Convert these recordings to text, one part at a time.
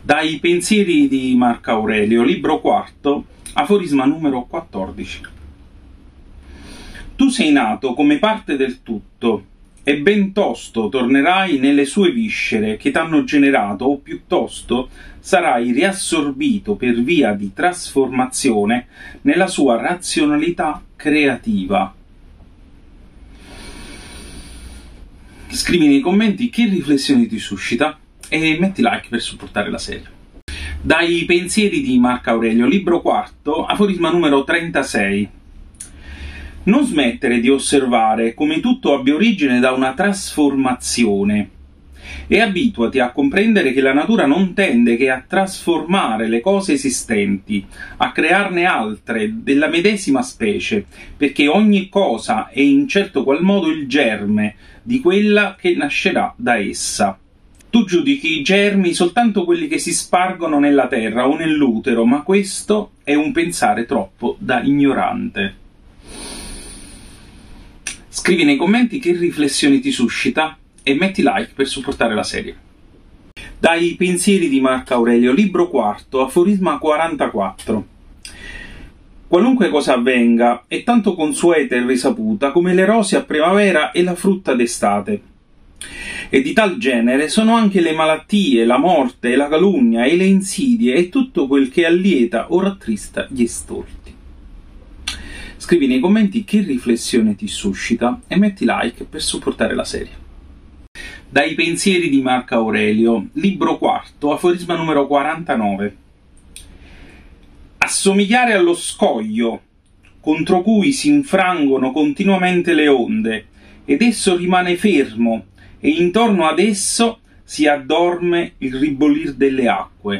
Dai pensieri di Marco Aurelio, libro quarto, aforisma numero 14. Tu sei nato come parte del tutto, e ben tosto tornerai nelle sue viscere che t'hanno generato, o piuttosto sarai riassorbito per via di trasformazione nella sua razionalità creativa. Scrivi nei commenti che riflessioni ti suscita e metti like per supportare la serie. Dai pensieri di Marco Aurelio, libro quarto, aforisma numero 36. Non smettere di osservare come tutto abbia origine da una trasformazione e abituati a comprendere che la natura non tende che a trasformare le cose esistenti, a crearne altre della medesima specie, perché ogni cosa è in certo qual modo il germe di quella che nascerà da essa. Tu giudichi i germi soltanto quelli che si spargono nella terra o nell'utero, ma questo è un pensare troppo da ignorante. Scrivi nei commenti che riflessioni ti suscita e metti like per supportare la serie. Dai pensieri di Marco Aurelio, libro quarto, aforisma 44. Qualunque cosa avvenga è tanto consueta e risaputa come le rose a primavera e la frutta d'estate. E di tal genere sono anche le malattie, la morte, la calunnia e le insidie e tutto quel che allieta o rattrista gli stolti. Scrivi nei commenti che riflessione ti suscita e metti like per supportare la serie. Dai pensieri di Marco Aurelio, libro quarto, aforisma numero 49. Assomigliare allo scoglio, contro cui si infrangono continuamente le onde, ed esso rimane fermo, e intorno ad esso si addorme il ribollir delle acque.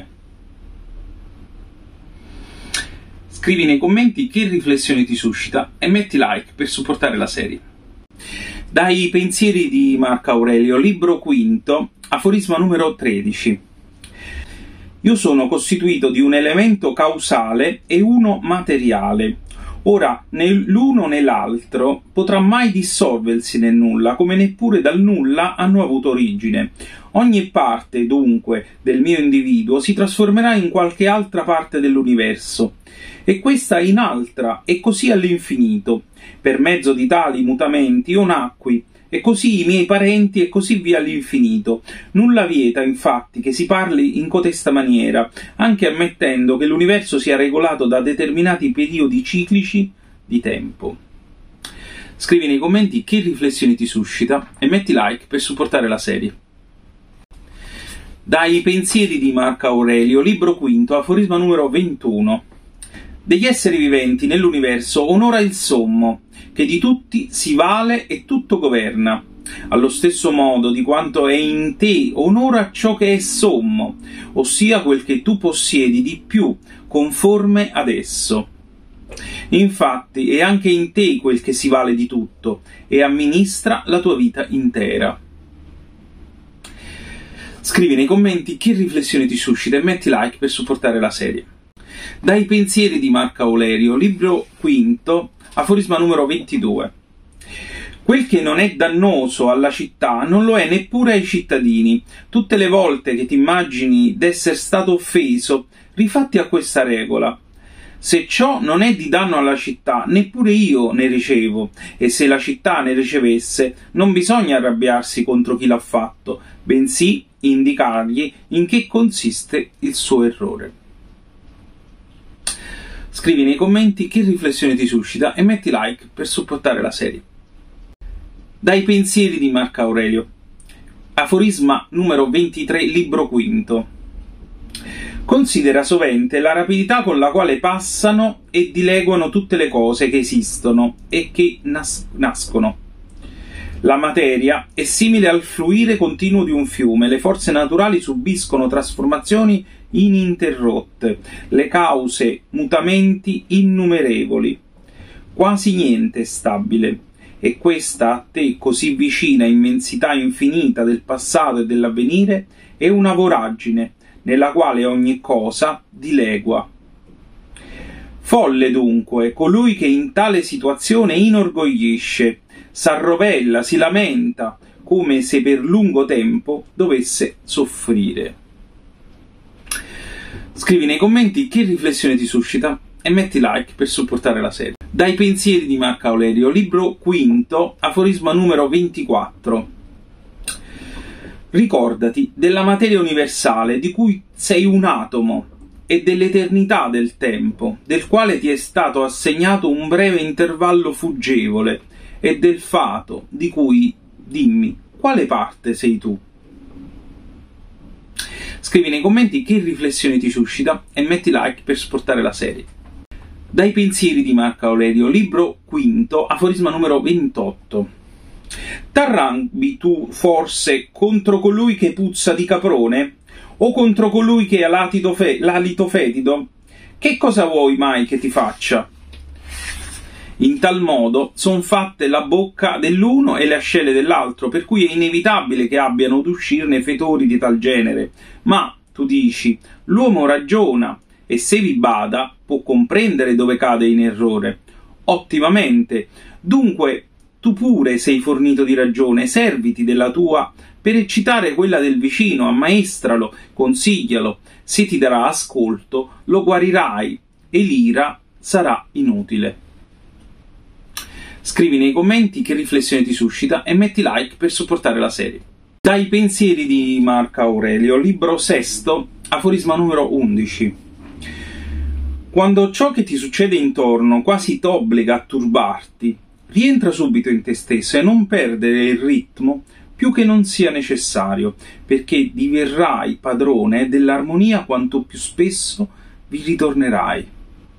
Scrivi nei commenti che riflessioni ti suscita e metti like per supportare la serie. Dai pensieri di Marco Aurelio, libro quinto, aforisma numero 13. Io sono costituito di un elemento causale e uno materiale. Ora, né l'uno né l'altro potrà mai dissolversi nel nulla, come neppure dal nulla hanno avuto origine. Ogni parte, dunque, del mio individuo si trasformerà in qualche altra parte dell'universo, e questa in altra, e così all'infinito. Per mezzo di tali mutamenti io nacqui, e così i miei parenti, e così via all'infinito. Nulla vieta, infatti, che si parli in cotesta maniera, anche ammettendo che l'universo sia regolato da determinati periodi ciclici di tempo. Scrivi nei commenti che riflessioni ti suscita e metti like per supportare la serie. Dai pensieri di Marco Aurelio, libro quinto, aforisma numero 21. Degli esseri viventi nell'universo onora il sommo, che di tutti si vale e tutto governa. Allo stesso modo di quanto è in te onora ciò che è sommo, ossia quel che tu possiedi di più, conforme ad esso. Infatti è anche in te quel che si vale di tutto, e amministra la tua vita intera. Scrivi nei commenti che riflessioni ti suscita e metti like per supportare la serie. Dai pensieri di Marco Aurelio, libro quinto, aforisma numero 22. Quel che non è dannoso alla città non lo è neppure ai cittadini. Tutte le volte che ti immagini d'essere stato offeso, rifatti a questa regola. Se ciò non è di danno alla città, neppure io ne ricevo, e se la città ne ricevesse, non bisogna arrabbiarsi contro chi l'ha fatto, bensì indicargli in che consiste il suo errore. Scrivi nei commenti che riflessione ti suscita e metti like per supportare la serie. Dai pensieri di Marco Aurelio, aforisma numero 23, libro quinto. Considera sovente la rapidità con la quale passano e dileguano tutte le cose che esistono e che nascono. La materia è simile al fluire continuo di un fiume, le forze naturali subiscono trasformazioni ininterrotte, le cause mutamenti innumerevoli. Quasi niente è stabile, e questa a te così vicina immensità infinita del passato e dell'avvenire è una voragine nella quale ogni cosa dilegua. Folle dunque colui che in tale situazione inorgoglisce, s'arrovella, si lamenta, come se per lungo tempo dovesse soffrire. Scrivi nei commenti che riflessione ti suscita e metti like per supportare la serie. Dai pensieri di Marco Aurelio, libro quinto, aforisma numero 24. Ricordati della materia universale di cui sei un atomo e dell'eternità del tempo, del quale ti è stato assegnato un breve intervallo fuggevole, e del fato di cui dimmi quale parte sei tu. Scrivi nei commenti che riflessioni ti suscita e metti like per supportare la serie. Dai pensieri di Marco Aurelio, libro quinto, aforisma numero 28. T'arrabbi tu forse contro colui che puzza di caprone? O contro colui che ha l'alito fetido? Che cosa vuoi mai che ti faccia? In tal modo son fatte la bocca dell'uno e le ascelle dell'altro, per cui è inevitabile che abbiano ad uscirne fetori di tal genere. Ma, tu dici, l'uomo ragiona, e se vi bada può comprendere dove cade in errore. Ottimamente. Dunque, tu pure sei fornito di ragione, serviti della tua per eccitare quella del vicino, ammaestralo, consiglialo. Se ti darà ascolto, lo guarirai e l'ira sarà inutile. Scrivi nei commenti che riflessione ti suscita e metti like per supportare la serie. Dai pensieri di Marco Aurelio, libro sesto, aforisma numero 11. Quando ciò che ti succede intorno quasi t'obbliga a turbarti, rientra subito in te stesso e non perdere il ritmo più che non sia necessario, perché diverrai padrone dell'armonia quanto più spesso vi ritornerai.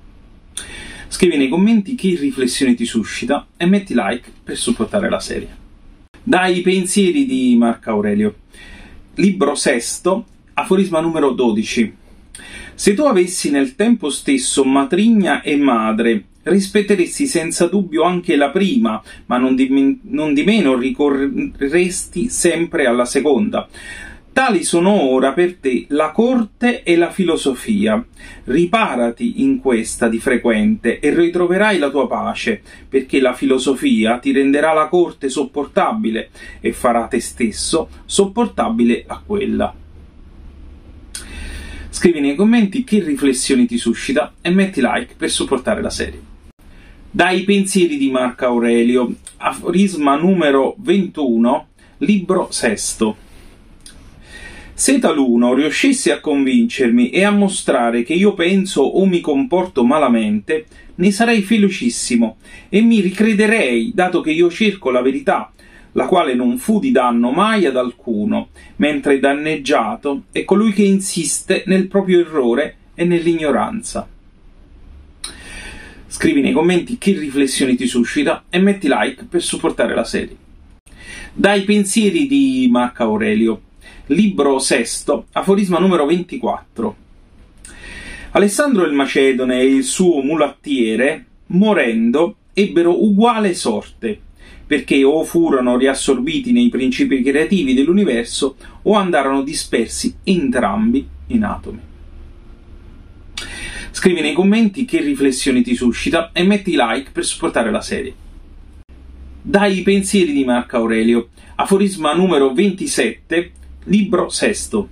Scrivi nei commenti che riflessioni ti suscita e metti like per supportare la serie. Dai pensieri di Marco Aurelio, libro sesto, aforisma numero 12. Se tu avessi nel tempo stesso matrigna e madre, rispetteresti senza dubbio anche la prima, ma non di meno ricorreresti sempre alla seconda. Tali sono ora per te la corte e la filosofia. Riparati in questa di frequente e ritroverai la tua pace, perché la filosofia ti renderà la corte sopportabile e farà te stesso sopportabile a quella. Scrivi nei commenti che riflessioni ti suscita e metti like per supportare la serie. Dai pensieri di Marco Aurelio, aforisma numero 21, libro sesto. Se taluno riuscisse a convincermi e a mostrare che io penso o mi comporto malamente, ne sarei felicissimo e mi ricrederei, dato che io cerco la verità, la quale non fu di danno mai ad alcuno, mentre danneggiato è colui che insiste nel proprio errore e nell'ignoranza. Scrivi nei commenti che riflessioni ti suscita e metti like per supportare la serie. Dai pensieri di Marco Aurelio, libro sesto, aforisma numero 24. Alessandro il Macedone e il suo mulattiere, morendo, ebbero uguale sorte, perché o furono riassorbiti nei principi creativi dell'universo o andarono dispersi entrambi in atomi. Scrivi nei commenti che riflessioni ti suscita e metti like per supportare la serie. Dai pensieri di Marco Aurelio, aforisma numero 27, libro sesto.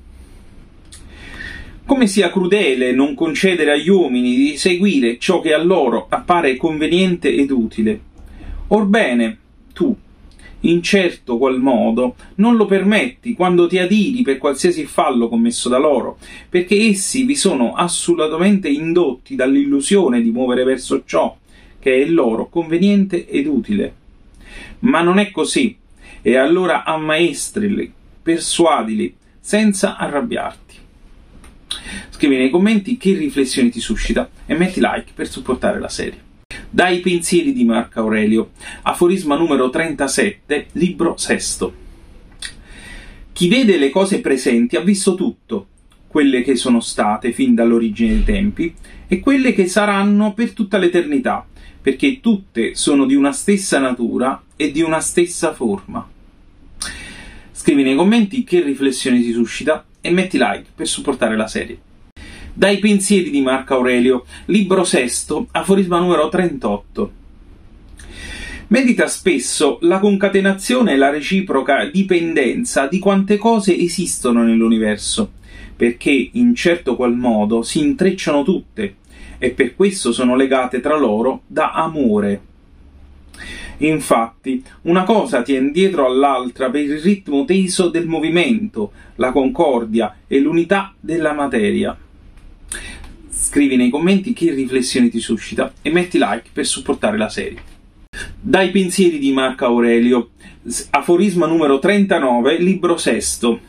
Come sia crudele non concedere agli uomini di seguire ciò che a loro appare conveniente ed utile. Orbene, tu, in certo qual modo, non lo permetti quando ti adiri per qualsiasi fallo commesso da loro, perché essi vi sono assolutamente indotti dall'illusione di muovere verso ciò che è loro conveniente ed utile. Ma non è così, e allora ammaestrili, persuadili, senza arrabbiarti. Scrivi nei commenti che riflessioni ti suscita e metti like per supportare la serie. Dai pensieri di Marco Aurelio, aforisma numero 37, libro sesto. Chi vede le cose presenti ha visto tutto, quelle che sono state fin dall'origine dei tempi e quelle che saranno per tutta l'eternità, perché tutte sono di una stessa natura e di una stessa forma. Scrivi nei commenti che riflessioni ti suscita e metti like per supportare la serie. Dai pensieri di Marco Aurelio, libro sesto, aforisma numero 38. Medita spesso la concatenazione e la reciproca dipendenza di quante cose esistono nell'universo, perché in certo qual modo si intrecciano tutte e per questo sono legate tra loro da amore. Infatti, una cosa tiene dietro all'altra per il ritmo teso del movimento, la concordia e l'unità della materia. Scrivi nei commenti che riflessioni ti suscita e metti like per supportare la serie. Dai pensieri di Marco Aurelio, aforisma numero 39, libro sesto.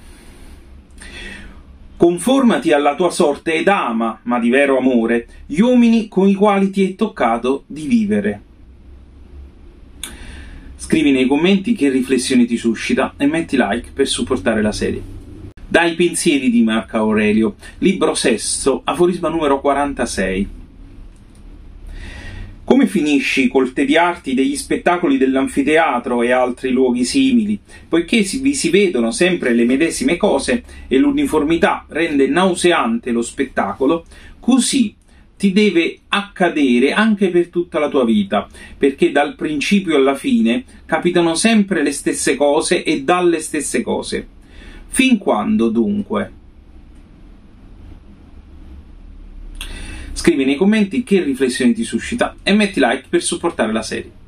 Conformati alla tua sorte ed ama, ma di vero amore, gli uomini con i quali ti è toccato di vivere. Scrivi nei commenti che riflessioni ti suscita e metti like per supportare la serie. Dai pensieri di Marco Aurelio, libro sesto, aforisma numero 46. Come finisci col tediarti degli spettacoli dell'anfiteatro e altri luoghi simili, poiché vi si vedono sempre le medesime cose e l'uniformità rende nauseante lo spettacolo, così ti deve accadere anche per tutta la tua vita, perché dal principio alla fine capitano sempre le stesse cose e dalle stesse cose. Fin quando, dunque? Scrivi nei commenti che riflessioni ti suscita e metti like per supportare la serie.